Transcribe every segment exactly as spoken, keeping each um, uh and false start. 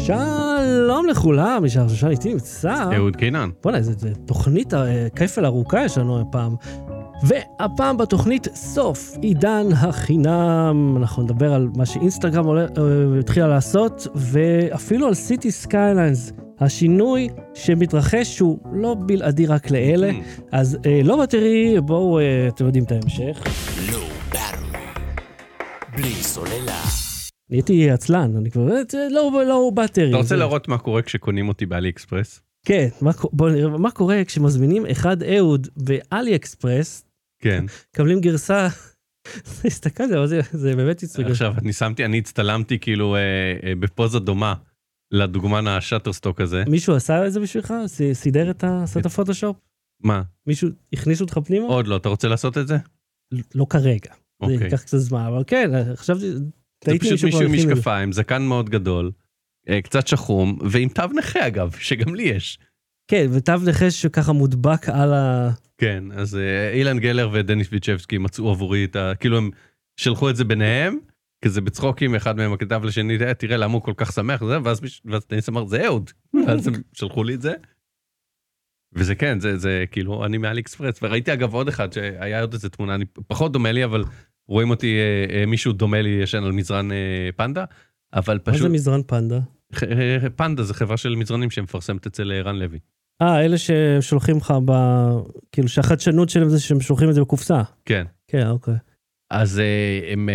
שלום לכולם, משער שושן איתי נמצא. אהוד קינן. בוא'נה, איזה תוכנית כפל ארוכה יש לנו הפעם. והפעם בתוכנית סוף עידן החינם. אנחנו נדבר על מה שאינסטגרם התחילה לעשות, ואפילו על סיטי סקייליינס. השינוי שמתרחש הוא לא בלעדי רק לאלה. אז לא בטרי, בואו, אתם יודעים את ההמשך. לא בטרי. בלי סוללה. נהייתי עצלן, אני כבר, לא, לא בטרי. אתה רוצה להראות מה קורה כשקונים אותי באלי אקספרס? כן, מה, בוא נראה, מה קורה כשמזמינים אחד אהוד באלי אקספרס, כן. קבלים גרסה, הסתכל זה, זה, זה באמת יצריג. עכשיו, אני שמתי, אני הצטלמתי כאילו אה, אה, בפוזה דומה לדוגמן השאטרסטוק הזה. מישהו עשה את זה בשבילך? סידר את הסט הפוטושופ? מה? מישהו הכניס אותך פנימה? עוד לא, אתה רוצה לעשות את זה? לא כרגע. אוקיי. זה ייקח קצת זמן, אבל כן, חשבתי... זה פשוט מישהו עם משקפיים, זקן מאוד גדול, קצת שחום, ועם תו נכה אגב, שגם לי יש. כן, ותו נכה שככה מודבק על ה... כן, אז אילן גלר ודניס ויצ'בסקי מצאו עבורי את ה... כאילו הם שלחו את זה ביניהם, כזה בצחוקים, אחד מהם הכתב לשני, תראה למה הוא כל כך שמח, ואז דניס אמר, זה אהוד, ואז הם שלחו לי את זה. וזה כן, זה, זה כאילו, אני מאלי אקספרס, וראיתי אגב עוד אחד, שהיה עוד איזה תמונה, אני פחות דומה לי, אבל רואים אותי, מישהו דומה לי ישן על מזרן פנדה, אבל פשוט... מה זה מזרן פנדה? פנדה זה חברה של מזרנים שמפרסמת אצל רן לוי. אה, אלה ששולחים לך ב... כאילו שהחדשנות שלהם זה שהם שולחים את זה בקופסה. כן. כן, אוקיי. אז הם...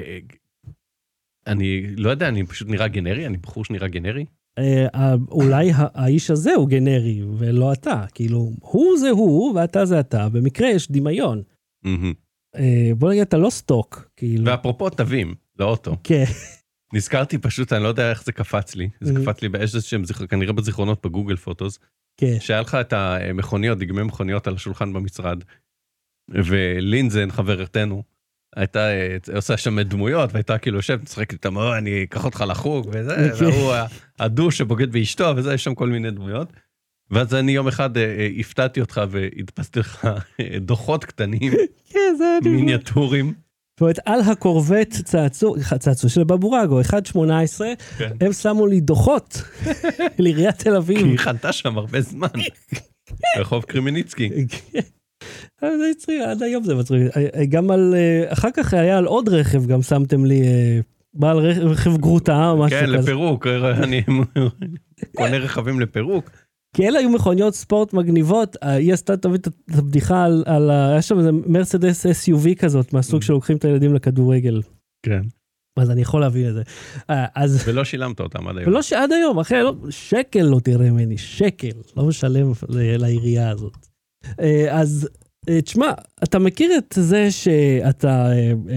אני לא יודע, אני פשוט נראה גנרי, אני בחור שנראה גנרי. אולי האיש הזה הוא גנרי, ולא אתה. כאילו, הוא זה הוא, ואתה זה אתה. במקרה יש דמיון. בוא נגיד, אתה לא סטוק. ואפרופו תווים, לא אותו. כן. נזכרתי פשוט, אני לא יודע איך זה קפץ לי. זה קפץ לי באיזה שהם, כנראה בזיכרונות בגוגל פוטוס. כן. שהיה לך את המכוניות, דגמי מכוניות על השולחן במשרד. ולינזן, חברתנו, הייתה עושה שם דמויות, והייתה כאילו יושב, נשחק איתם, אני אקח אותך לחוג, וזה, והוא הדוש שבוגד באשתו, וזה, יש שם כל מיני דמויות. ואז אני יום אחד הפתעתי אותך, והדפסתי לך דוחות קטנים, מיניאטורים. זאת אומרת, על הקורבט צעצוע, צעצוע של בבורגו, אחת שמונה עשרה, הם שמו לי דוחות לעיריית תל אביב. כי היא חנתה שם הרבה זמן. רחוב קרימניצקי. זה יצרי, עד היום זה מצרי. גם על, אחר כך היה על עוד רכב, גם שמתם לי בעל רכב גרוטה, משהו כזה. כן, לפירוק, אני קונה רכבים לפירוק. כי אלה היו מכוניות ספורט מגניבות, היא עשתה תביא את הבדיחה על, על, היה שם איזה מרסדס אס יו וי כזאת, מהסוג שלוקחים את הילדים לכדורגל. כן. אז אני יכול להבין את זה. אז... ולא שילמת אותם עד היום. ולא שעד היום, אחרי, לא, שקל לא תראה ממני, שקל, לא משלם לעירייה הזאת. אז, תשמע, אתה מכיר את זה שאתה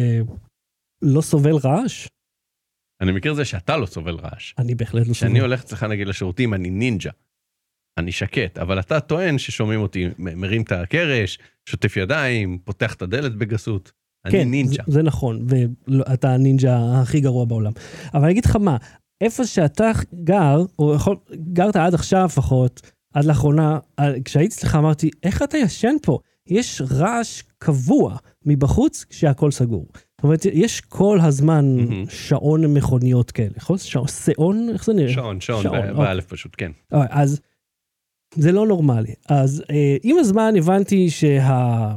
לא סובל רעש? אני מכיר זה שאתה לא סובל רעש. אני בהחלט לא סובל. כשאני הולך אצלך נגיד לשירותים, אני נינג'ה. אני שקט, אבל אתה טוען ששומעים אותי, מרים את הקרש, שוטף ידיים, פותח את הדלת בגסות. אני כן, נינג'ה. זה, זה נכון, ואתה הנינג'ה הכי גרוע בעולם. אבל אני אגיד לך מה, איפה שאתה גר, או יכול, גרת עד עכשיו לפחות, עד לאחרונה, כשהייתי אצלך אמרתי, איך אתה ישן פה? יש רעש קבוע מבחוץ כשהכל סגור. זאת אומרת, יש כל הזמן mm-hmm. שעון מכוניות כאלה, יכול? שעון, שעון, איך זה נראה? שעון, שעון, שעון באלף פשוט, כן. אז זה לא נורמלי. אז אה, עם הזמן הבנתי שה...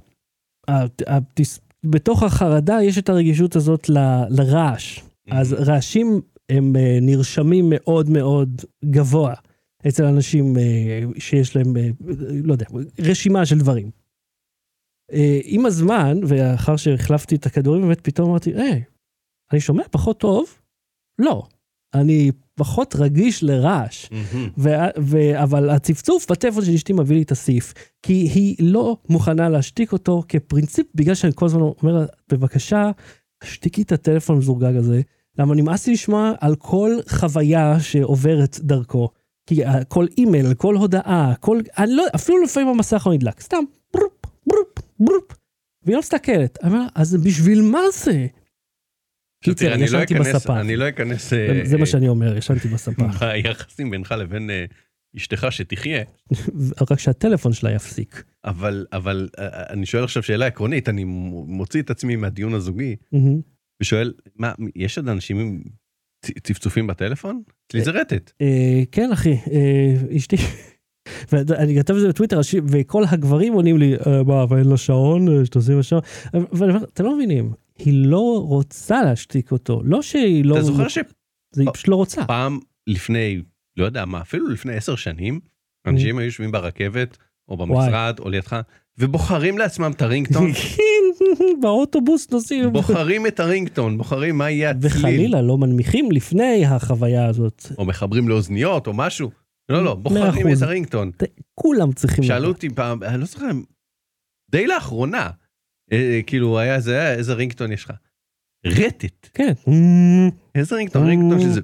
בתוך החרדה יש את הרגישות הזאת ל, לרעש. Mm-hmm. אז רעשים הם אה, נרשמים מאוד מאוד גבוה אצל אנשים אה, שיש להם, אה, לא יודע, רשימה של דברים. אה, עם הזמן, ואחר שהחלפתי את הכדורים, באמת פתאום אמרתי, אה, אני שומע פחות טוב? לא. אני פחות רגיש לרעש, mm-hmm. ו- ו- אבל הצפצוף בטלפון של אשתי מביא לי את הסעיף, כי היא לא מוכנה להשתיק אותו כפרינציפ, בגלל שאני כל הזמן אומר לה, בבקשה, השתיקי את הטלפון המזורגג הזה, למה נמאס לי לשמוע על כל חוויה שעוברת דרכו, כי כל אימייל, כל הודעה, כל, אני לא, אפילו לפעמים המסך לא נדלק, סתם, ברופ, ברופ, ברופ, והיא לא מסתכלת, אני אומר, אז בשביל מה זה? קיצר, ישנתי בספה. אני לא אכנס... זה מה שאני אומר, ישנתי בספה. היחסים בינך לבין אשתך שתחיה. רק שהטלפון שלה יפסיק. אבל, אבל אני שואל עכשיו שאלה עקרונית, אני מוציא את עצמי מהדיון הזוגי, ושואל, מה, יש עוד אנשים עם צפצופים בטלפון? אצלי זה רטט. כן, אחי, אשתי, ואני כתב את זה בטוויטר, וכל הגברים עונים לי, מה, אבל אין לו שעון, שתעושים לשעון, ואתם לא מבינים, היא לא רוצה להשתיק אותו, לא שהיא לא... אתה זוכר ש... היא פשוט לא רוצה. פעם לפני, לא יודע מה, אפילו לפני עשר שנים, אנשים היו יושבים ברכבת, או במשרד, או לידך, ובוחרים לעצמם את הרינגטון. באוטובוס נוסעים. בוחרים את הרינגטון, בוחרים מה יהיה הצליל. וחלילה, לא מנמיכים לפני החוויה הזאת. או מחברים לאוזניות, או משהו. לא, לא, בוחרים את הרינגטון. כולם צריכים... שאלו אותי פעם, אני לא זוכר, די לאחרונה, כאילו היה זה, איזה רינגטון יש לך? רטט. כן. איזה רינגטון? רינגטון שזה...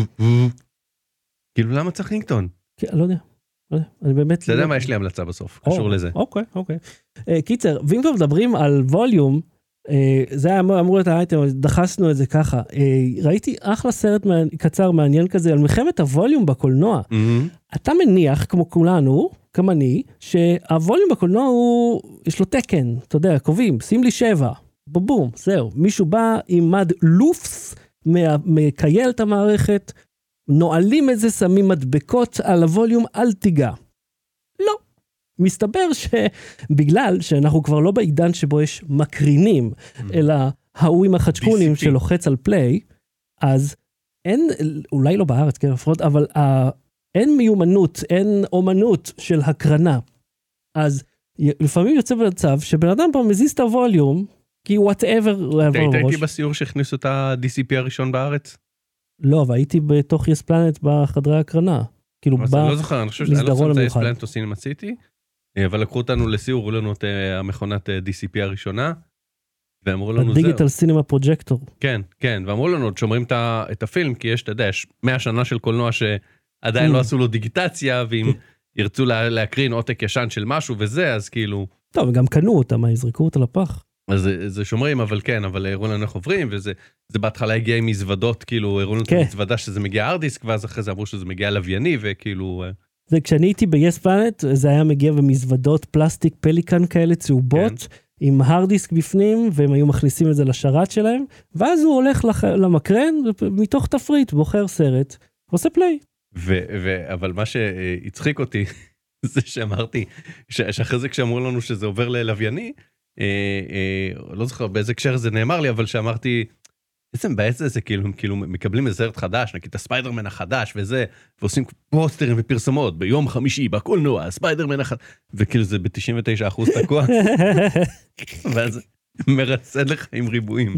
כאילו, למה צריך רינגטון? לא יודע. אני באמת... אתה יודע מה, יש לי המלצה בסוף, קשור לזה. אוקיי, אוקיי. קיצר, ואם כבר מדברים על ווליום, זה היה אמור להיות האייטם, דחסנו את זה ככה. ראיתי אחלה סרט קצר מעניין כזה, על מלחמת הווליום בקולנוע. אתה מניח, כמו כולנו, כמו אני, שהווליום בקולנוע הוא, יש לו תקן, אתה יודע, קובעים, שים לי שבע, בובום, זהו. מישהו בא עם מד לופס, מקייל את המערכת, נועלים את זה, שמים מדבקות על הווליום, אל תיגע. לא. מסתבר שבגלל שאנחנו כבר לא בעידן שבו יש מקרינים, אלא ההוא עם החצ'קונים שלוחץ על פליי, אז אין, אולי לא בארץ, כן, לפחות, אבל אה, אין מיומנות, אין אומנות של הקרנה. אז לפעמים יוצא במצב שבן אדם פה מזיז את הווליום, כי whatever... הייתי בסיור שהכניסו את ה-די סי פי הראשון בארץ? לא, אבל הייתי בתוך יס פלנט בחדרי הקרנה. כאילו אני לא זוכר, אני חושב שאני לא חושב את יס פלנט או סינמה סיטי, אבל לקחו אותנו לסיור, הראו לנו את המכונת די סי פי הראשונה, ואמרו לנו זהו. הדיגיטל סינמה פרוג'קטור. כן, כן, ואמרו לנו, עוד שומרים את הפילם, כי יש, אתה יודע, יש מאה שנה של קולנוע שעדיין לא עשו לו דיגיטציה, ואם ירצו להקרין עותק ישן של משהו וזה, אז כאילו... טוב, וגם קנו אותם, מה, יזרקו אותה לפח. אז זה שומרים, אבל כן, אבל הראו לנו איך עוברים, וזה בהתחלה הגיע עם מזוודות, כאילו, הראו לנו את המזוודה שזה מגיע ארדיסק, ואז אחרי זה אמרו שזה מגיע לווייני, וכאילו... זה כשאני הייתי ב-Yes Planet, זה היה מגיע במזוודות פלסטיק פליקן כאלה צהובות, עם הרדיסק בפנים, והם היו מכניסים את זה לשרת שלהם, ואז הוא הולך למקרן, מתוך תפריט, בוחר סרט, ועושה פליי. אבל מה שהצחיק אותי, זה שאמרתי, שאחרי זה כשאמרו לנו שזה עובר ללווייני, לא זוכר באיזה קשר זה נאמר לי, אבל שאמרתי, בעצם באיזה זה כאילו, הם כאילו מקבלים איזה סרט חדש, נגיד את הספיידרמן החדש וזה, ועושים פוסטרים ופרסומות, ביום חמישי, בקולנוע, הספיידרמן החדש, וכאילו זה ב-תשעים ותשעה אחוז תקוע, ואז מרצד לך עם ריבועים.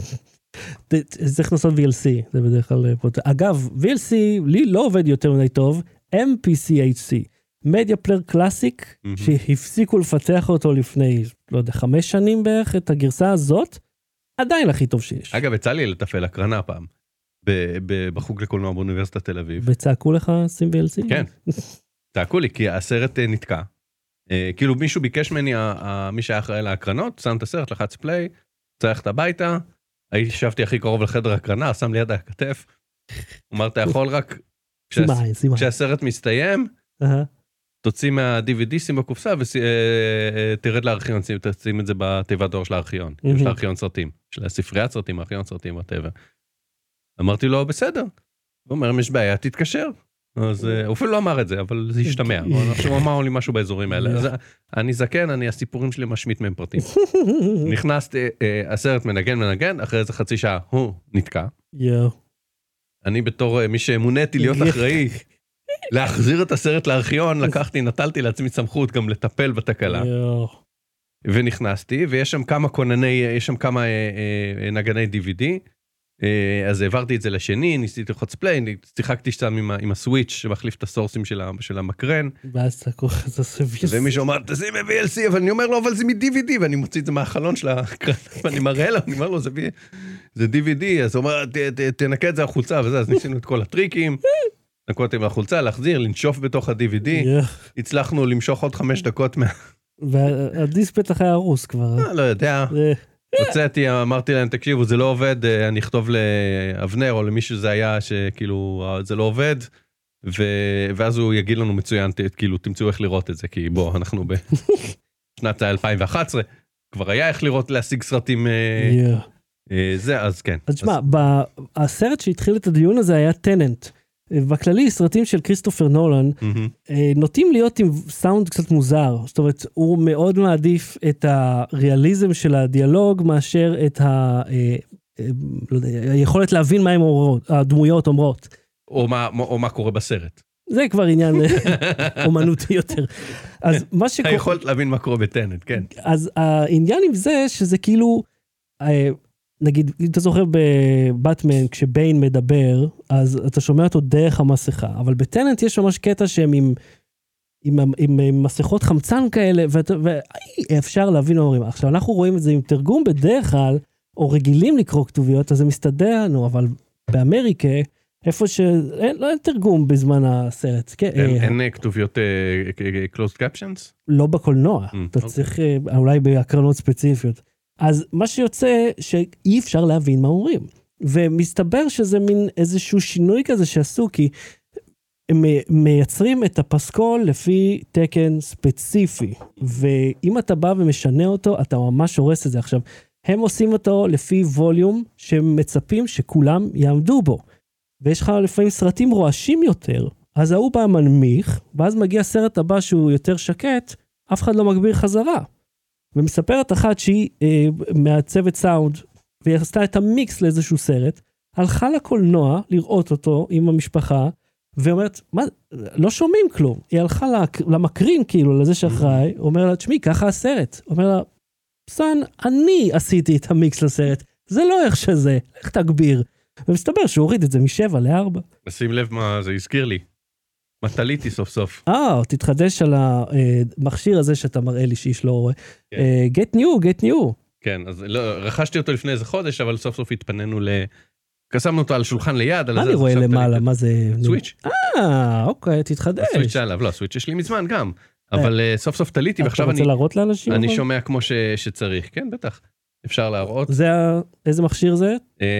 צריך לעשות וי אל סי, זה בדרך כלל, אגב, וי אל סי לי לא עובד יותר מדי טוב, אם פי סי אייץ' סי, מדיה פלייר קלאסיק, שהפסיקו לפתח אותו לפני, לא יודע, חמש שנים בערך, את הגרסה הזאת, עדיין הכי טוב שיש. אגב, יצא לי לטפל הקרנה פעם, בחוג לקולנוע באוניברסיטת תל אביב. וצעקו לך שים וי אל סי? כן, צעקו לי, כי הסרט נתקע. כאילו מישהו ביקש ממני, מי שהיה אחראי להקרנות, שם את הסרט, לחץ פליי, צריך את הביתה, הייתי שבתי הכי קרוב לחדר הקרנה, שם ליד הכתף, אמר, אתה יכול רק, כשהסרט מסתיים, תוציא מה-די וי די, שים בקופסה, ותרד לארכיון, תשים את זה בתיבת דואר של הארכיון. יש לארכיון סרטים, של הספריית סרטים, הארכיון סרטים, וטבע. אמרתי לו, בסדר. הוא אומר, אם יש בעיה, תתקשר. אז הוא אפילו לא אמר את זה, אבל זה השתמע. הוא אמר לי משהו באזורים האלה. אני זקן, אני, הסיפורים שלי משמיט מהם פרטים. נכנסתי, הסרט מנגן, מנגן, אחרי איזה חצי שעה, הוא נתקע. אני בתור מי שמוניתי להיות אחראי, להחזיר את הסרט לארכיון, לקחתי, נטלתי לעצמי סמכות גם לטפל בתקלה. ונכנסתי, ויש שם כמה קונני, יש שם כמה נגני די וי די, אז העברתי את זה לשני, ניסיתי לחוץ פליי, שיחקתי שם עם הסוויץ' שמחליף את הסורסים של המקרן. ואז אתה קורא את זה וי אל סי. ומישהו אומר, תשים וי אל סי, אבל אני אומר לו, אבל זה מ-די וי די, ואני מוציא את זה מהחלון של הקרן, ואני מראה לו, אני אומר לו, זה די וי די, אז הוא אומר, תנקה את זה החולצה, וזה, אז ניסינו את כל הטריקים. נקותי מהחולצה, להחזיר, לנשוף בתוך ה-די וי די, הצלחנו למשוך עוד חמש דקות מה... והדיסק בטח היה הרוס כבר. לא יודע, הוצאתי, אמרתי להם, תקשיבו, זה לא עובד, אני אכתוב לאבנר או למישהו זה היה שכאילו, זה לא עובד, ואז הוא יגיד לנו מצוין, כאילו, תמצאו איך לראות את זה, כי בוא, אנחנו בשנת אלפיים ואחת עשרה, כבר היה איך לראות, להשיג סרטים זה, אז כן. אז תשמע, הסרט שהתחיל את הדיון הזה היה טננט. בכללי, סרטים של כריסטופר נולן נוטים להיות עם סאונד קצת מוזר. זאת אומרת, הוא מאוד מעדיף את הריאליזם של הדיאלוג, מאשר את ה... לא יודע, היכולת להבין מה הדמויות אומרות. או מה, או מה קורה בסרט. זה כבר עניין אומנותי יותר. אז מה שקורה... היכולת להבין מה קורה בטננט, כן. אז העניין עם זה, שזה כאילו... נגיד, אם אתה זוכר בבטמן, כשביין מדבר, אז אתה שומע אותו דרך המסכה, אבל בטננט יש ממש קטע שהם עם, עם, עם, עם מסכות חמצן כאלה, ואפשר להבין מה אומרים. עכשיו, אנחנו רואים את זה עם תרגום בדרך כלל, או רגילים לקרוא כתוביות, אז זה מסתדר לנו, אבל באמריקה, איפה שאין, לא אין תרגום בזמן הסרט. אין, אין כתוביות closed captions? לא בקולנוע, אתה צריך, אולי בהקרנות ספציפיות. אז מה שיוצא שאי אפשר להבין מה אומרים. ומסתבר שזה מין איזשהו שינוי כזה שעשו, כי הם מייצרים את הפסקול לפי תקן ספציפי. ואם אתה בא ומשנה אותו, אתה ממש הורס את זה. עכשיו, הם עושים אותו לפי ווליום שהם מצפים שכולם יעמדו בו. ויש לך לפעמים סרטים רועשים יותר, אז ההוא בא מנמיך, ואז מגיע סרט הבא שהוא יותר שקט, אף אחד לא מגביר חזרה. ומספרת אחת שהיא אה, מעצבת סאונד, והיא עשתה את המיקס לאיזשהו סרט, הלכה לקולנוע לראות אותו עם המשפחה, ואומרת, מה, לא שומעים כלום. היא הלכה למקרין כאילו, לזה שאחראי, אומר לה, תשמעי, ככה הסרט. אומר לה, סן, אני עשיתי את המיקס לסרט, זה לא איך שזה, איך תגביר. ומסתבר שהוא הוריד את זה משבע לארבע. שים לב מה זה הזכיר לי. מטליתי סוף סוף. אה, תתחדש על המכשיר הזה שאתה מראה לי שאיש לא רואה. Get new, get new. כן, אז רכשתי אותו לפני איזה חודש, אבל סוף סוף התפנינו ל... קסמנו אותו על שולחן ליד. מה אני רואה למעלה? מה זה? סוויץ'. אה, אוקיי, תתחדש. סוויץ' עליו, לא, סוויץ' יש לי מזמן גם. אבל סוף סוף תליתי, ועכשיו אני... אתה רוצה להראות לאנשים? אני שומע כמו שצריך. כן, בטח. אפשר להראות. זה, איזה מכשיר זה?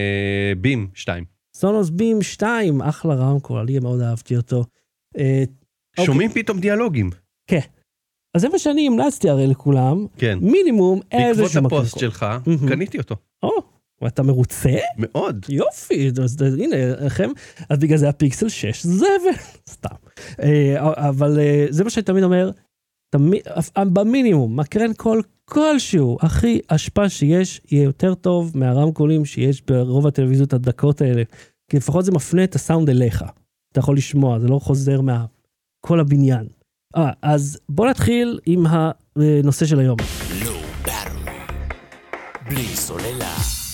בים שתיים. סונוס בים שתיים, אחלה רמקול, אני מאוד אהבתי אותו. שומעים פתאום דיאלוגים. כן. אז זה מה שאני המלצתי הרי לכולם. כן. מינימום איזה בעקבות הפוסט שלך, קניתי אותו. או, ואתה מרוצה? מאוד. יופי, אז הנה, לכם, אז בגלל זה הפיקסל שש, זה סתם. אבל זה מה שאני תמיד אומר, במינימום, מקרן קול כלשהו, הכי השפעה שיש, יהיה יותר טוב מהרמקולים שיש ברוב הטלוויזיות הדקות האלה, כי לפחות זה מפנה את הסאונד אליך. אתה יכול לשמוע, זה לא חוזר מכל הבניין. אה, אז בוא נתחיל עם הנושא של היום. Low battery, בלי סוללה.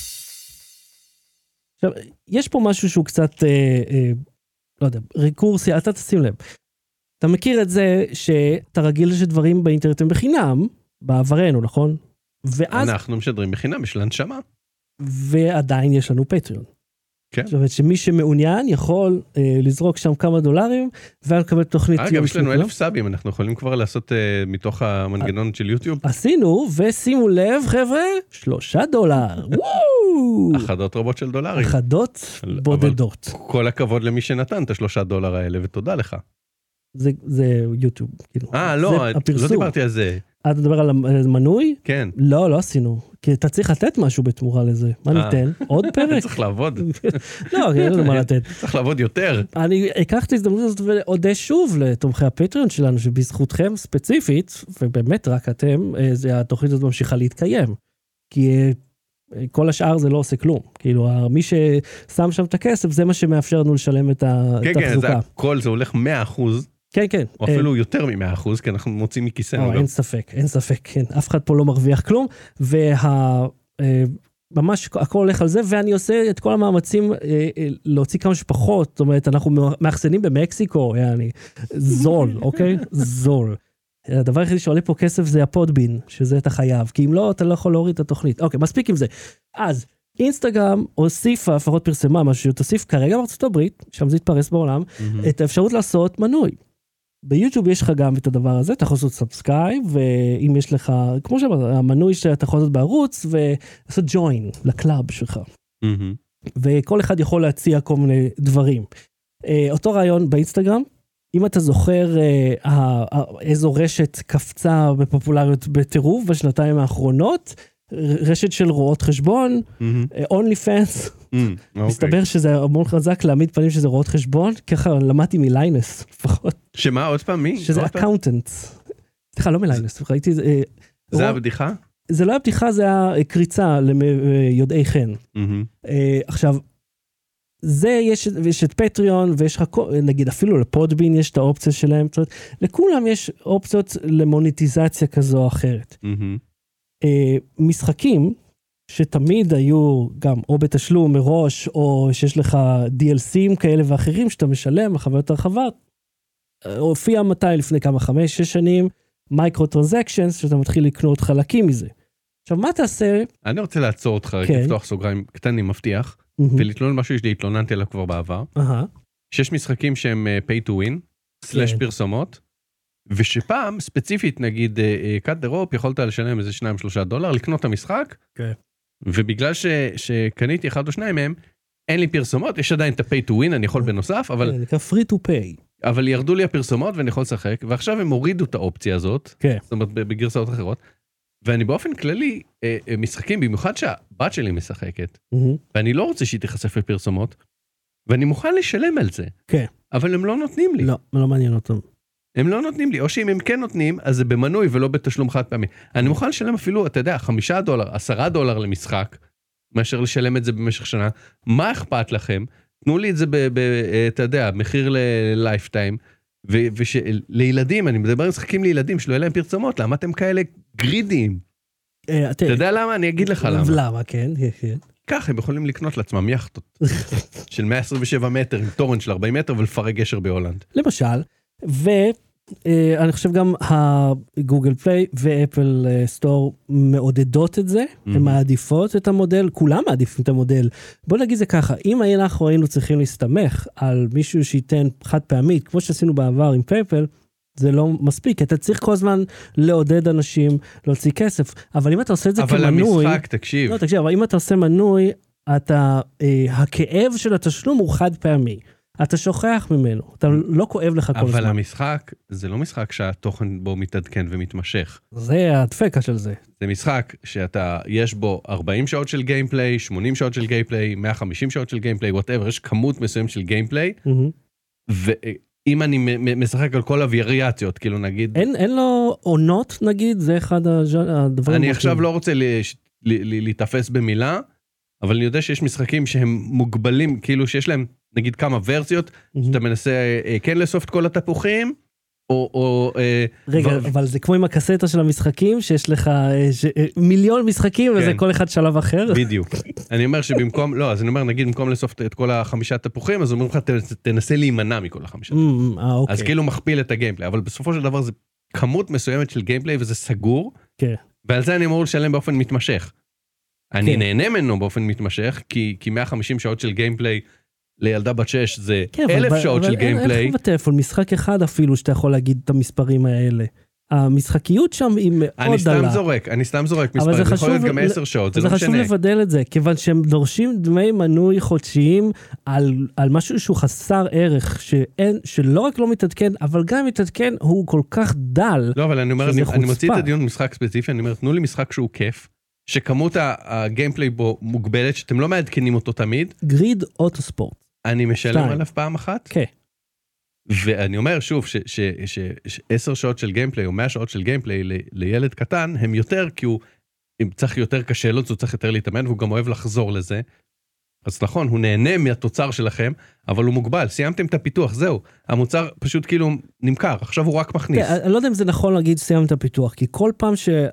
עכשיו, יש פה משהו שהוא קצת, אה, אה, לא יודע, ריקורסיה, אתה תשים לב. אתה מכיר את זה שאתה רגיל שדברים באינטרנט הם בחינם, בעברנו, נכון? ואז... אנחנו משדרים בחינם, יש לנשמה. ועדיין יש לנו פטריון. כן. זאת אומרת שמי שמעוניין יכול אה, לזרוק שם כמה דולרים, ולקבל תוכנית... אגב, יש לנו אלף סאבים, אנחנו יכולים כבר לעשות אה, מתוך המנגנון של יוטיוב. עשינו, ושימו לב, חבר'ה, שלושה דולר. וואו! אחדות רבות של דולרים. אחדות בודדות. כל הכבוד למי שנתן את השלושה דולר האלה, ותודה לך. זה, זה יוטיוב, כאילו. אה, לא, לא דיברתי על זה. אתה מדבר על המנוי? כן. לא, לא עשינו. כי אתה צריך לתת משהו בתמורה לזה. מה ניתן? עוד פרק? צריך לעבוד. לא, אין לנו מה לתת. צריך לעבוד יותר. אני אקח את ההזדמנות הזאת ועודה שוב לתומכי הפטריון שלנו, שבזכותכם ספציפית, ובאמת רק אתם, התוכנית הזאת ממשיכה להתקיים. כי כל השאר זה לא עושה כלום. כאילו, מי ששם שם את הכסף, זה מה שמאפשר לנו לשלם את התחזוקה. כן, כן, זה הכל, זה הולך מאה אחוז. כן, כן. או אפילו יותר מ-מאה אחוז, כי אנחנו מוצאים מכיסנו. אין ספק, אין ספק, כן. אף אחד פה לא מרוויח כלום, וממש הכל הולך על זה, ואני עושה את כל המאמצים להוציא כמה שפחות, זאת אומרת, אנחנו מאחסנים במקסיקו, יעני, זול, אוקיי? זול. הדבר היחידי שעולה פה כסף זה הפודבין, שזה אתה חייב, כי אם לא, אתה לא יכול להוריד את התוכנית. אוקיי, מספיק עם זה. אז, אינסטגרם הוסיפה, לפחות פרסמה משהו, תוסיף כרגע בארצות הברית, שם זה יתפרס בעולם, את האפשרות לעשות מנוי. ביוטיוב יש לך גם את הדבר הזה, אתה יכול לעשות סאבסקרייב, ואם יש לך, כמו שאמרת, המנוי שאתה יכול לעשות בערוץ, ולעשות ג'וין לקלאב שלך. וכל אחד יכול להציע כל מיני דברים. אותו רעיון באינסטגרם, אם אתה זוכר איזו רשת קפצה בפופולריות בטירוף בשנתיים האחרונות, רשת של רואות חשבון, אונלי פנס, מסתבר שזה המון חזק להעמיד פנים שזה רואות חשבון, ככה למדתי מליינס לפחות. שמה עוד פעם מי? שזה אקאונטנט. סליחה, לא מליינס, ראיתי... זה הבדיחה? זה לא הבדיחה, זה הקריצה ליודעי חן. עכשיו, זה יש, יש את פטריון, ויש לך, נגיד אפילו לפודבין יש את האופציה שלהם, זאת אומרת, לכולם יש אופציות למוניטיזציה כזו או אחרת. משחקים, שתמיד היו גם או בתשלום מראש, או שיש לך די אל סים כאלה ואחרים, שאתה משלם, החוויות הרחבה, הופיע מתי לפני כמה חמש, שש שנים, מייקרו טרנזקשנס, שאתה מתחיל לקנות חלקים מזה. עכשיו, מה תעשה? אני רוצה לעצור אותך, כן. לפתוח סוגריים קטנים, מבטיח, mm-hmm. ולהתלונן משהו שלי, התלוננתי עליו כבר בעבר, uh-huh. שיש משחקים שהם pay to win, סלש כן. פרסומות, ושפעם, ספציפית, נגיד, cut the rope, יכולת לשלם איזה שניים, שלושה דולר, לקנות את המשחק, כן. ובגלל ש, שקניתי אחד או שניים מהם, אין לי פרסומות, יש עדיין את ה-pay to win, אני יכול בנוסף, אבל... זה נקרא free to pay. אבל ירדו לי הפרסומות ואני יכול לשחק, ועכשיו הם הורידו את האופציה הזאת, כן. זאת אומרת, בגרסאות אחרות, ואני באופן כללי, משחקים, במיוחד שהבת שלי משחקת, ואני לא רוצה שהיא תחשף לפרסומות, ואני מוכן לשלם על זה, כן. אבל הם לא נותנים לי. לא, לא מעניין אותם. הם לא נותנים לי, או שאם הם כן נותנים, אז זה במנוי ולא בתשלום חד פעמי. אני מוכן לשלם אפילו, אתה יודע, חמישה דולר, עשרה דולר למשחק, מאשר לשלם את זה במשך שנה. מה אכפת לכם? תנו לי את זה, ב, ב, אתה יודע, מחיר ל-lifetime, ולילדים, אני מדבר על משחקים לילדים, שלא יהיה להם פרסומות, למה אתם כאלה גרידיים? אתה יודע למה? אני אגיד לך למה. למה, כן, כן. כך, הם יכולים לקנות לעצמם יחטות, של מאה עשרים ושבע מטר, עם טורנט של ארבעים מטר, ולפרק גשר בהולנד. למשל, ואני חושב גם הגוגל פליי ואפל סטור מעודדות את זה, הן מעדיפות את המודל, כולם מעדיפים את המודל. בוא נגיד זה ככה, אם אנחנו היינו צריכים להסתמך על מישהו שייתן חד פעמית, כמו שעשינו בעבר עם פייפל, זה לא מספיק, אתה צריך כל הזמן לעודד אנשים להוציא כסף, אבל אם אתה עושה את זה אבל כמנוי... אבל המשחק, תקשיב. לא, תקשיב, אבל אם אתה עושה מנוי, אתה, אה, הכאב של התשלום הוא חד פעמי. אתה שוכח ממנו, אתה לא כואב לך כל הזמן. אבל המשחק, זה לא משחק שהתוכן בו מתעדכן ומתמשך. זה הדפקה של זה. זה משחק שאתה, יש בו ארבעים שעות של גיימפליי, שמונים שעות של גיימפליי, מאה וחמישים שעות של גיימפליי, whatever, יש כמות מסוים של גיימפליי, ואם אני משחק על כל הווריאציות, כאילו נגיד... אין, אין לו עונות, נגיד, זה אחד הדברים... אני עכשיו לא רוצה להתאפס במילה, אבל אני יודע שיש משחקים שהם מוגבלים, כאילו שיש להם, נגיד, כמה ורסיות, שאתה מנסה כן לאסוף את כל התפוחים, או... או רגע, ו... אבל זה כמו עם הקסטה של המשחקים, שיש לך ש... מיליון משחקים, כן. וזה כל אחד שלב אחר. בדיוק. אני אומר שבמקום, לא, אז אני אומר, נגיד, במקום לאסוף את כל החמישה תפוחים, אז אומרים לך, תנסה להימנע מכל החמישה תפוחים. אה, אוקיי. אז כאילו מכפיל את הגיימפליי, אבל בסופו של דבר זה כמות מסוימת של גיימפליי, וזה סגור, כן. ועל זה אני אמור לשלם באופן מתמשך. אני כן. נהנה ממנו באופן מתמשך, כי, כי מאה וחמישים שעות של גיימפליי לילדה בת שש זה כן, אלף אבל, שעות אבל של גיימפליי. אין לך בטלפון, משחק אחד אפילו שאתה יכול להגיד את המספרים האלה. המשחקיות שם היא מאוד דלה. אני סתם זורק, אני סתם זורק מספרים, זה יכול להיות גם עשר שעות, זה לא משנה. זה חשוב לבדל את זה, כיוון שהם דורשים דמי מנוי חודשיים על, על משהו שהוא חסר ערך, שאין, שלא רק לא מתעדכן, אבל גם מתעדכן, הוא כל כך דל. לא, אבל אני אומר, אני, אני מוציא את הדיון במשחק ספציפי, אני אומר, תנו לי משחק שהוא כיף, שכמות הגיימפליי בו מוגבלת, שאתם לא מעדכנים אותו תמיד. גריד אוטוספורט. אני משלם עליו פעם אחת. כן. ואני אומר שוב, שעשר שעות של גיימפליי, או מאה שעות של גיימפליי לילד קטן, הם יותר, כי הוא צריך יותר קשה לו, הוא צריך יותר להתאמן, והוא גם אוהב לחזור לזה. אז נכון, הוא נהנה מהתוצר שלכם, אבל הוא מוגבל, סיימתם את הפיתוח, זהו. המוצר פשוט כאילו נמכר, עכשיו הוא רק מכניס. אני לא יודע אם זה נכון להגיד סיימת את הפיתוח, כי כל פעם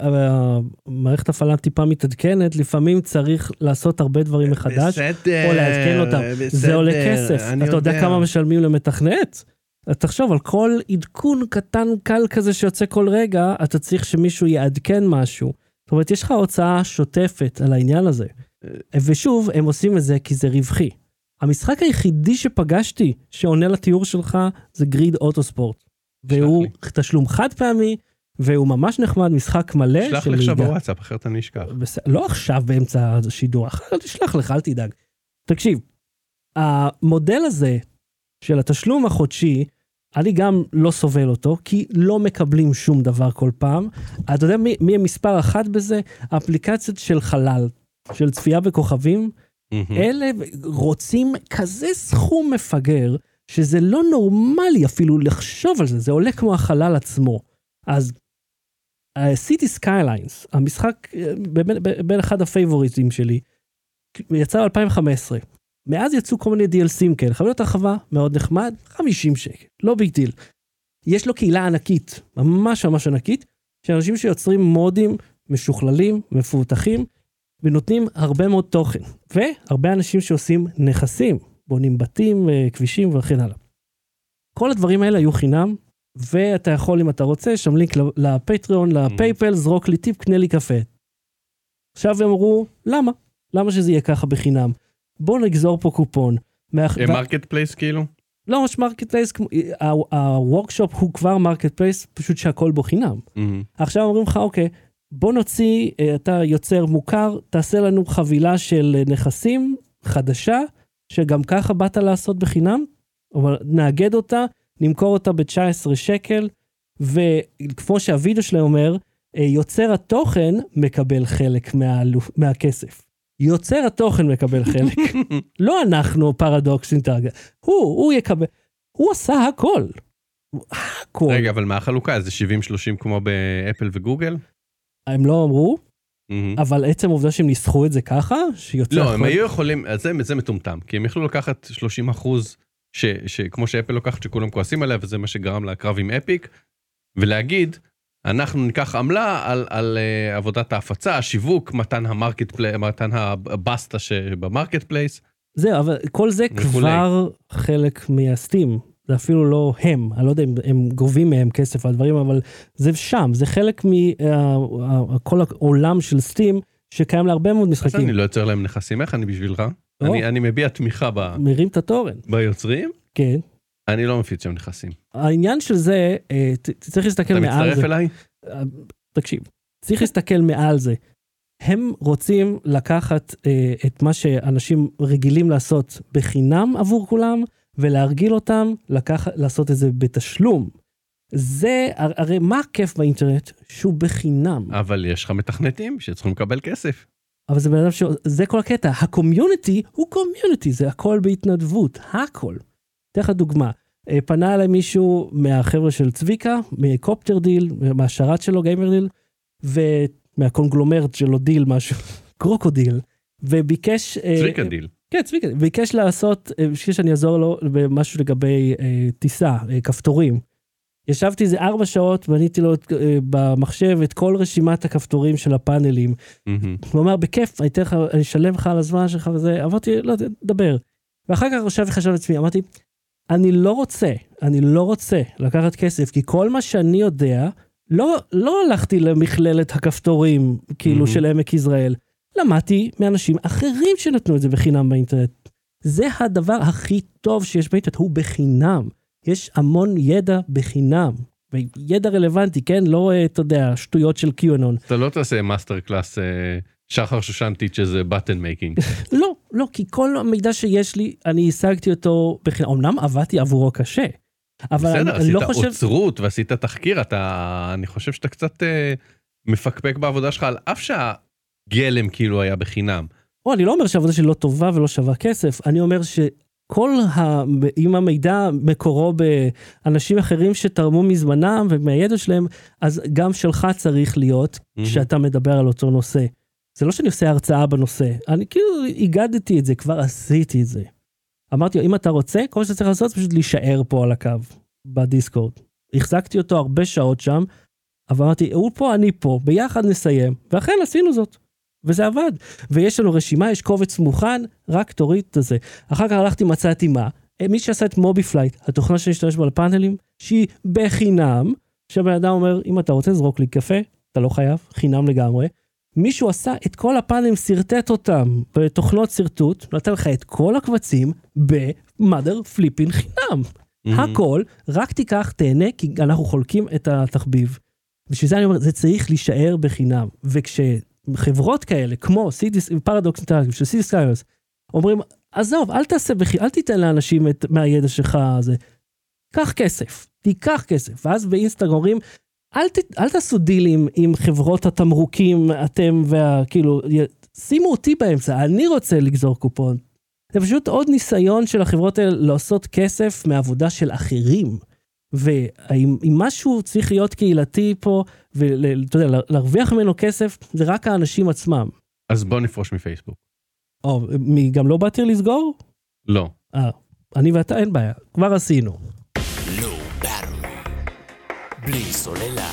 שהמערכת הפעלה טיפה מתעדכנת, לפעמים צריך לעשות הרבה דברים מחדש, או לעדכן אותם. זה עולה כסף. אתה יודע כמה משלמים למתכנת? תחשוב, על כל עדכון קטן קל כזה שיוצא כל רגע, אתה צריך שמישהו יעדכן משהו. זאת אומרת, יש לך הוצאה שוטפת על העניין הזה. ושוב, הם עושים את זה כי זה רווחי. המשחק היחידי שפגשתי שעונה לתיאור שלך זה גריד אוטוספורט. והוא תשלום חד פעמי, והוא ממש נחמד, משחק מלא של ליגה. שלח לך עכשיו בוואטסאפ, אחרת אני אשכח. לא עכשיו באמצע השידור, אחרת תשלח לך, אל תדאג. תקשיב, המודל הזה של התשלום החודשי, אני גם לא סובל אותו, כי לא מקבלים שום דבר כל פעם. אתה יודע מי, מי המספר אחת בזה? האפליקציות של חלל, של צפייה בכוכבים, mm-hmm. אלה רוצים כזה סכום מפגר, שזה לא נורמלי אפילו לחשוב על זה, זה עולה כמו החלל עצמו. אז City Skylines, המשחק בין, בין אחד הפייבוריטים שלי, יצא ב-אלפיים וחמש עשרה. מאז יצאו כל מיני די אל סים כאלה, חבילות הרחבה מאוד נחמד, חמישים שקל, לא ביג דיל. יש לו קהילה ענקית, ממש ממש ענקית, של אנשים שיוצרים מודים משוכללים, מפותחים, ונותנים הרבה מאוד תוכן. והרבה אנשים שעושים נכסים, בונים בתים, כבישים וכן הלאה. כל הדברים האלה היו חינם, ואתה יכול, אם אתה רוצה, שם לינק לפטריון, לפייפל, זרוק לי טיפ, קנה לי קפה. עכשיו הם אמרו, למה? למה שזה יהיה ככה בחינם? בואו נגזור פה קופון. מרקט פלייס כאילו? לא ממש מרקט פלייס, הוורקשופ הוא כבר מרקט פלייס, פשוט שהכל בו חינם. עכשיו אומרים לך, אוקיי, בוא נוציא, אתה יוצר מוכר, תעשה לנו חבילה של נכסים חדשה, שגם ככה באת לעשות בחינם, אבל נאגד אותה, נמכור אותה ב-תשע עשרה שקל, וכמו שהוידאו שלהם אומר, יוצר התוכן מקבל חלק מה, מהכסף. יוצר התוכן מקבל חלק. לא אנחנו פרדוקס אינטרגט. הוא, הוא יקבל. הוא עשה הכל. הכל. רגע, אבל מה החלוקה? זה שבעים שלושים כמו באפל וגוגל? הם לא אמרו, אבל עצם העובדה שהם ניסחו את זה ככה, שיוצר... לא, הם היו יכולים, זה, זה מטומטם, כי הם יכלו לקחת שלושים אחוז, ש, שכמו שאפל לוקחת, שכולם כועסים עליה, וזה מה שגרם לקרב עם אפיק, ולהגיד, אנחנו ניקח עמלה על, על uh, עבודת ההפצה, השיווק, מתן המרקט פלייס, מתן הבסטה שבמרקט פלייס. זהו, אבל כל זה כבר חלק מהסטים. זה אפילו לא הם, אני לא יודע אם הם גובים מהם כסף על דברים, אבל זה שם, זה חלק מכל העולם של סטים, שקיים להרבה מאוד משחקים. אז אני לא יוצר להם נכסים, איך אני בשבילך? אני, אני מביע תמיכה ב... מרים את התורן. ביוצרים? כן. אני לא מפיץ שם נכסים. העניין של זה, צריך להסתכל מעל זה. אתה מצטרף אליי? תקשיב, צריך להסתכל מעל זה. הם רוצים לקחת את מה שאנשים רגילים לעשות בחינם עבור כולם, ולהרגיל אותם לקח, לעשות את זה בתשלום. זה, הרי מה הכיף באינטרנט? שהוא בחינם. אבל יש לך מתכנתים שצריכים לקבל כסף. אבל זה בן אדם ש... זה כל הקטע. הקומיוניטי הוא קומיוניטי, זה הכל בהתנדבות, הכל. תלך לדוגמה, פנה אליי מישהו מהחבר'ה של צביקה, מקופטר דיל, מהשרת שלו, גיימר דיל, ומהקונגלומרט שלו דיל, משהו, קרוקודיל, וביקש... צביקה דיל. כן, צביקה, ביקש לעשות, בשביל שאני אעזור לו במשהו לגבי אה, טיסה, אה, כפתורים. ישבתי איזה ארבע שעות, בניתי לו אה, במחשב את כל רשימת הכפתורים של הפאנלים. Mm-hmm. הוא אמר, בכיף, אני אתן לך, אני אשלם לך על הזמן שלך וזה, אמרתי, לא, דבר. ואחר כך חשב וחשב לעצמי, אמרתי, אני לא רוצה, אני לא רוצה לקחת כסף, כי כל מה שאני יודע, לא, לא הלכתי למכללת הכפתורים, כאילו mm-hmm. של עמק יזרעאל. למדתי מאנשים אחרים שנתנו את זה בחינם באינטרנט. זה הדבר הכי טוב שיש באינטרנט, הוא בחינם. יש המון ידע בחינם, וידע רלוונטי, כן? לא, אתה יודע, שטויות של קיואנון. אתה לא תעשה מאסטר קלאס, שחר שושן teaches בטן מייקינג. לא, לא, כי כל המידע שיש לי, אני השגתי אותו בחינם. אמנם עבדתי עבורו קשה, אבל בסדר, אני לא עשית חושב... עוצרות ועשית תחקיר, אתה, אני חושב שאתה קצת אה, מפקפק בעבודה שלך, על אף שהגלם כאילו היה בחינם. או, אני לא אומר שהעבודה שלי לא טובה ולא שווה כסף, אני אומר שכל ה... אם המידע מקורו באנשים אחרים שתרמו מזמנם ומהידע שלהם, אז גם שלך צריך להיות mm-hmm. כשאתה מדבר על אותו נושא. זה לא שאני עושה הרצאה בנושא, אני כאילו הגדתי את זה, כבר עשיתי את זה. אמרתי, אם אתה רוצה, כל שאתה צריך לעשות, זה פשוט להישאר פה על הקו, בדיסקורד. החזקתי אותו הרבה שעות שם, אבל אמרתי, הוא פה, אני פה, ביחד נסיים, ואכן עשינו זאת. וזה עבד. ויש לנו רשימה, יש קובץ מוכן, רק תוריד את זה. אחר כך הלכתי, מצאתי מה. מי שעשה את מובי פלייט, התוכנה שנשתמש בה לפאנלים, שהיא בחינם, שהבן אדם אומר, אם אתה רוצה, זרוק לי קפה, אתה לא חייב, חינם לגמרי. מישהו עשה את כל הפאנלים, סרטט אותם בתוכנות סרטוט, נותן לך את כל הקבצים במאדר פליפין חינם. Mm-hmm. הכל, רק תיקח, תהנה, כי אנחנו חולקים את התחביב. בשביל זה אני אומר, זה צריך להישאר בחינם. וכשחברות כאלה, כמו פרדוקס אינטראקטיב של סיטי סקיילרס, אומרים, עזוב, אל תעשה בחינם, אל תיתן לאנשים את, מהידע שלך הזה. קח כסף, תיקח כסף, ואז באינסטגרם אומרים, אל, ת, אל תעשו דילים עם חברות התמרוקים, אתם וכאילו, שימו אותי באמצע, אני רוצה לגזור קופון. זה פשוט עוד ניסיון של החברות האלה לעשות כסף מעבודה של אחרים. ואם משהו צריך להיות קהילתי פה, ואתה יודע, להרוויח ממנו כסף, זה רק האנשים עצמם. אז בוא נפרוש מפייסבוק. או, גם לא באתי לסגור? לא. אה, אני ואתה אין בעיה, כבר עשינו. בלי סוללה.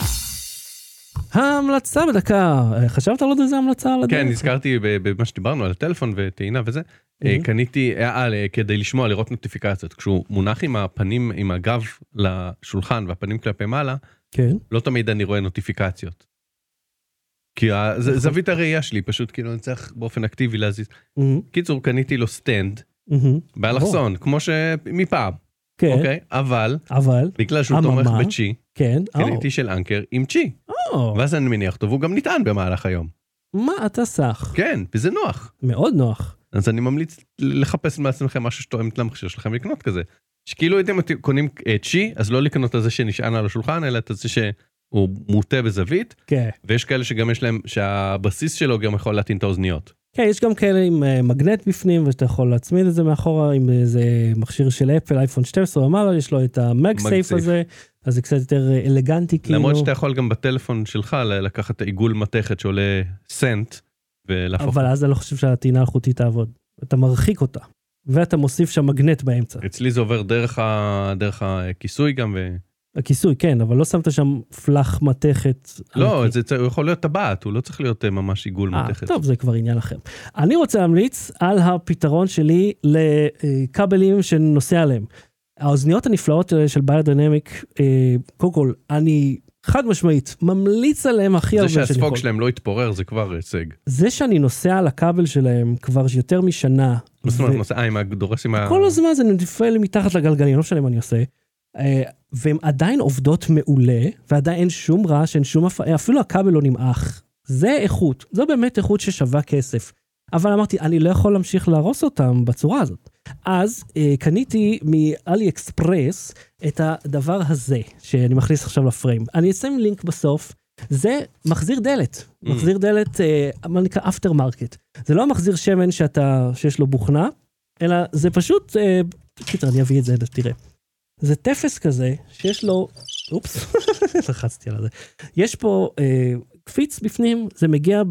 ההמלצה בדקה, חשבת על עוד איזה המלצה על הדרך? כן, נזכרתי במה שדיברנו על הטלפון וטעינה וזה, קניתי, כדי לשמוע, לראות נוטיפיקציות, כשהוא מונח עם הפנים, עם הגב לשולחן והפנים כלפי מעלה, לא תמיד אני רואה נוטיפיקציות. כי זווית הראייה שלי, פשוט כאילו אני צריך באופן אקטיבי להזיז. קיצור, קניתי לו סטנד, באלכסון, כמו שמפעם. אוקיי, אבל, אבל, בגלל שהוא תומך בצ'י, כן, קניתי של אנקר עם צ'י. ואז אני מניח אותו, והוא גם נטען במהלך היום. מה אתה סך? כן, וזה נוח. מאוד נוח. אז אני ממליץ לחפש מעצמכם משהו שתואם למכשיר שלכם לקנות כזה. שכאילו הייתם קונים צ'י, אז לא לקנות את זה שנשען על השולחן, אלא את זה שהוא מוטה בזווית, ויש כאלה שגם יש להם, שהבסיס שלו גם יכול להתאים את האוזניות. כן, יש גם כאלה עם מגנט בפנים, ושאתה יכול להצמיד את זה מאחורה, עם איזה מכשיר של אפל, אייפון שתים עשרה ומעלה, יש לו את המגסייף הזה, אז זה קצת יותר אלגנטי. למרות שאתה יכול גם בטלפון שלך לקחת את העיגול מתכת שעולה סנט, ולהפוך. אבל אז אני לא חושב שהטעינה האלחוטית תעבוד. אתה מרחיק אותה, ואתה מוסיף שם מגנט באמצע. אצלי זה עובר דרך הכיסוי גם ו... הכיסוי, כן, אבל לא שמת שם פלח מתכת. לא, זה יכול להיות טבעת, הוא לא צריך להיות ממש עיגול מתכת. טוב, זה כבר עניין אחר. אני רוצה להמליץ על הפתרון שלי לכבלים שנוסע עליהם. האוזניות הנפלאות של ביודיינמיק, קודם כל, אני חד משמעית, ממליץ עליהם הכי הרבה שאני יכול. זה שהספוג שלהם לא יתפורר, זה כבר הישג. זה שאני נוסע על הכבל שלהם כבר יותר משנה. זאת אומרת, נוסע עם הדורס עם ה... כל הזמן זה נדפל מתחת לגלגלים, לא משנה מה אני עושה. והן עדיין עובדות מעולה, ועדיין אין שום רעש, אין שום הפעה, אפילו הכבל לא נמעך. זה איכות, זו באמת איכות ששווה כסף. אבל אמרתי, אני לא יכול להמשיך להרוס אותם בצורה הזאת. אז אה, קניתי מאלי אקספרס את הדבר הזה, שאני מכניס עכשיו לפריים. אני אשים לינק בסוף, זה מחזיר דלת. Mm. מחזיר דלת, אה, מה נקרא אפטר מרקט. זה לא מחזיר שמן שאתה, שיש לו בוכנה, אלא זה פשוט, אה, קיצר, אני אביא את זה, תראה. זה טפס כזה, שיש לו, אופס, לחצתי על זה. יש פה אה, קפיץ בפנים, זה מגיע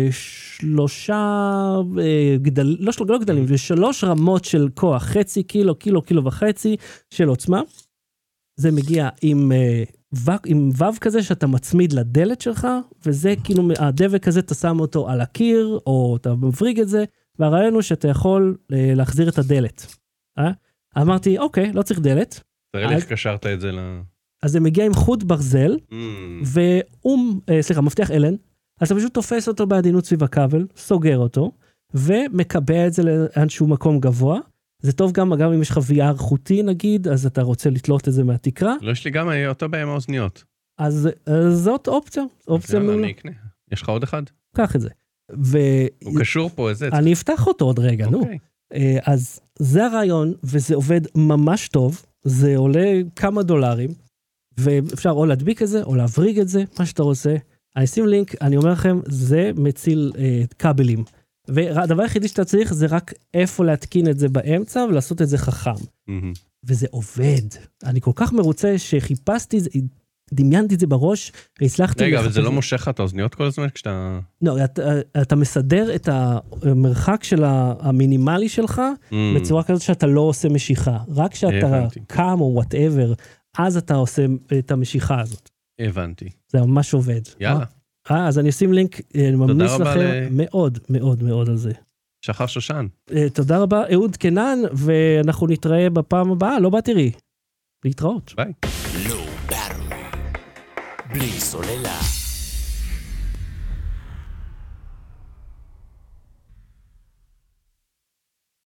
בשלושה אה, גדל, לא, לא גדלים, בשלוש רמות של כוח, חצי קילו, קילו, קילו וחצי של עוצמה. זה מגיע עם, אה, ו, עם וו כזה שאתה מצמיד לדלת שלך, וזה כאילו, הדבק הזה אתה שם אותו על הקיר, או אתה מבריג את זה, והרעיון הוא שאתה יכול אה, להחזיר את הדלת. אה? אמרתי, אוקיי, לא צריך דלת. תראה לי איך קשרת את זה ל... אז זה מגיע עם חוט ברזל, ואום, סליחה, מפתח אלן, אז אתה פשוט תופס אותו בעדינות סביב הכבל, סוגר אותו, ומקבע את זה לאנשהו מקום גבוה. זה טוב גם, אגב, אם יש לך וי אר חוטי נגיד, אז אתה רוצה לתלות את זה מהתקרה. לא, יש לי גם אותו בהם האוזניות. אז זאת אופציה, אופציה מעולה. אני אקנה. יש לך עוד אחד? קח את זה. הוא קשור פה, איזה... אני אפתח אותו עוד רגע, נו. אז זה הרעיון, וזה עובד ממש טוב, זה עולה כמה דולרים, ואפשר או להדביק את זה, או להבריג את זה, מה שאתה רוצה. אני אשים לינק, אני אומר לכם, זה מציל אה, כבלים. והדבר היחידי שאתה צריך, זה רק איפה להתקין את זה באמצע, ולעשות את זה חכם. Mm-hmm. וזה עובד. אני כל כך מרוצה שחיפשתי, דמיינתי את זה בראש, והצלחתי... רגע, אבל זה לא מושך את האוזניות כל הזמן כשאתה... לא, אתה, אתה מסדר את המרחק של המינימלי שלך, mm. בצורה כזאת שאתה לא עושה משיכה. רק כשאתה קם או whatever, אז אתה עושה את המשיכה הזאת. הבנתי. זה ממש עובד. יאללה. אה, אז אני אשים לינק, אני ממליץ לכם ל... מאוד, מאוד, מאוד על זה. שחר שושן. תודה רבה, אהוד קנן, ואנחנו נתראה בפעם הבאה, לא בתראי. להתראות. ביי. בלי סוללה.